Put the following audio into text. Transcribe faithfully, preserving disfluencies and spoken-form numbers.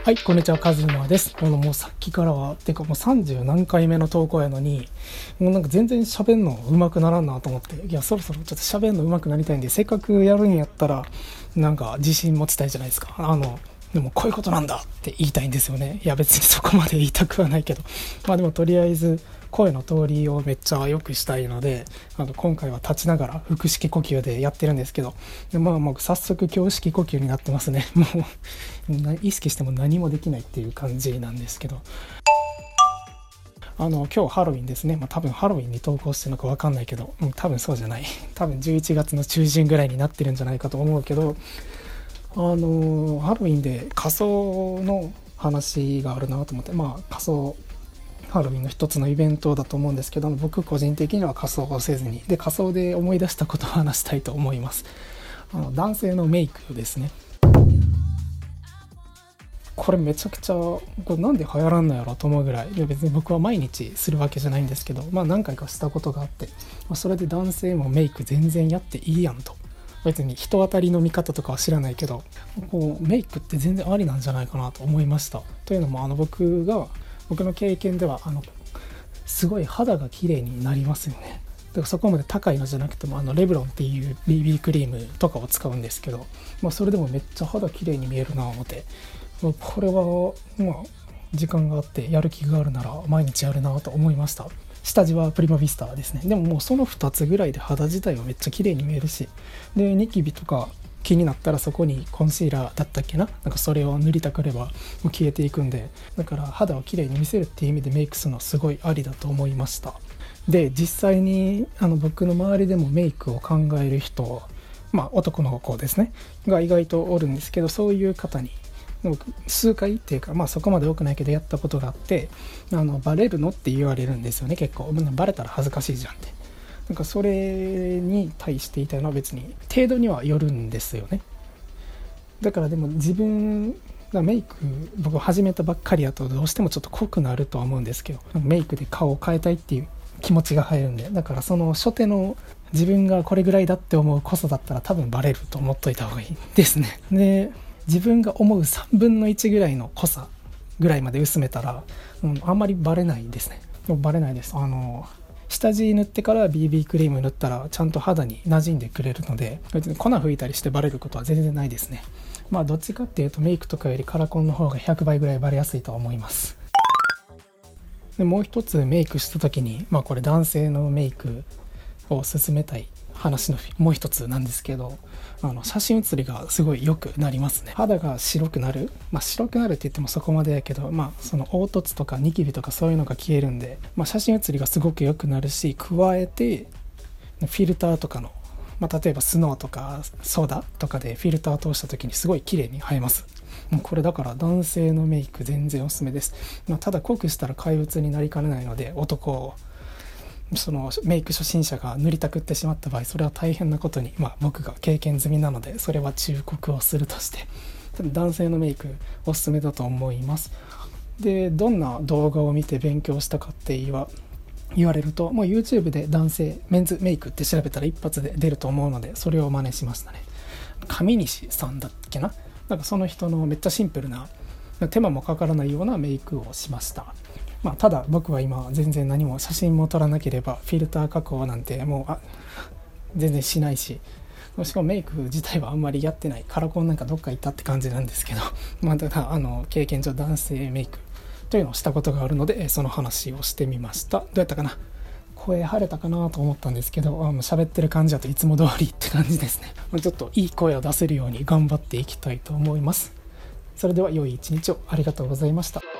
はい、こんにちは、カズマです。このもうさっきからは、てかもうさんじゅう何回目の投稿やのに、もうなんか全然喋んの上手くならんなと思って、いや、そろそろちょっと喋んの上手くなりたいんで、せっかくやるんやったら、なんか自信持ちたいじゃないですか。あの、でもこういうことなんだって言いたいんですよね。いや、別にそこまで言いたくはないけど。まあでもとりあえず、声の通りをめっちゃ良くしたいので、あの今回は立ちながら腹式呼吸でやってるんですけど、でまあもう早速胸式呼吸になってますね。もう意識しても何もできないっていう感じなんですけど、あの今日ハロウィンですね。まあ、多分ハロウィンに投稿してるのか分かんないけど、うん、多分そうじゃない。多分じゅういちがつの中旬ぐらいになってるんじゃないかと思うけど、あのハロウィンで仮装の話があるなと思って、まあ仮装ハロウィンの一つのイベントだと思うんですけど、僕個人的には仮装をせずに、で仮装で思い出したことを話したいと思います。あの男性のメイクですね。これめちゃくちゃこれなんで流行らんのやろと思うぐらい、いや別に僕は毎日するわけじゃないんですけど、まあ何回かしたことがあって、まあ、それで男性もメイク全然やっていいやんと。別に人当たりの見方とかは知らないけど、こうメイクって全然ありなんじゃないかなと思いました。というのもあの僕が僕の経験ではあのすごい肌が綺麗になりますよね。だからそこまで高いのじゃなくてもあのレブロンっていう ビービー クリームとかを使うんですけど、まあ、それでもめっちゃ肌綺麗に見えるなと思って、これはまあ時間があってやる気があるなら毎日やるなと思いました。下地はプリマヴィスタですね。でももうそのふたつぐらいで肌自体はめっちゃ綺麗に見えるし、でニキビとか気になったらそこにコンシーラーだったっけな、なんかそれを塗りたくればもう消えていくんで、だから肌を綺麗に見せるっていう意味でメイクするのはすごいありだと思いました。で実際にあの僕の周りでもメイクを考える人、まあ男の子ですねが意外とおるんですけど、そういう方に数回っていうか、まあそこまで多くないけどやったことがあって、あのバレるのって言われるんですよね。結構バレたら恥ずかしいじゃんって。なんかそれに対して言いたいのは別に程度にはよるんですよね。だからでも自分がメイク僕始めたばっかりだとどうしてもちょっと濃くなるとは思うんですけど、メイクで顔を変えたいっていう気持ちが入るんで、だからその初手の自分がこれぐらいだって思う濃さだったら多分バレると思っといた方がいいですね。で自分が思うさんぶんのいちぐらいの濃さぐらいまで薄めたら、うん、あんまりバレないですね。バレないです。あの下地塗ってから ビービー クリーム塗ったらちゃんと肌に馴染んでくれるので、別に粉吹いたりしてバレることは全然ないですね。まあどっちかっていうとメイクとかよりカラコンの方がひゃくばいぐらいバレやすいとは思います。でもう一つメイクした時に、まあこれ男性のメイクを勧めたい話のもう一つなんですけど、あの写真写りがすごい良くなりますね。肌が白くなる、まあ白くなるって言ってもそこまでやけど、まあその凹凸とかニキビとかそういうのが消えるんで、まあ、写真写りがすごく良くなるし、加えてフィルターとかの、まあ、例えばスノーとかソーダとかでフィルター通した時にすごい綺麗に映えます。もうこれだから男性のメイク全然おすすめです。まあ、ただ濃くしたら怪物になりかねないので、男をそのメイク初心者が塗りたくってしまった場合、それは大変なことに、まあ、僕が経験済みなのでそれは忠告をするとして、男性のメイクおすすめだと思います。でどんな動画を見て勉強したかって言わ言われると、もう YouTube で男性メンズメイクって調べたら一発で出ると思うので、それを真似しましたね。上西さんだっけな、なんかその人のめっちゃシンプルな手間もかからないようなメイクをしました。まあ、ただ僕は今全然何も写真も撮らなければフィルター加工なんてもうあ全然しないし、しかもメイク自体はあんまりやってない、カラコンなんかどっか行ったって感じなんですけど、まあ、ただあの経験上男性メイクというのをしたことがあるのでその話をしてみました。どうやったかな、声晴れたかなと思ったんですけど、あの喋ってる感じだといつも通りって感じですね。ちょっといい声を出せるように頑張っていきたいと思います。それでは良い一日を。ありがとうございました。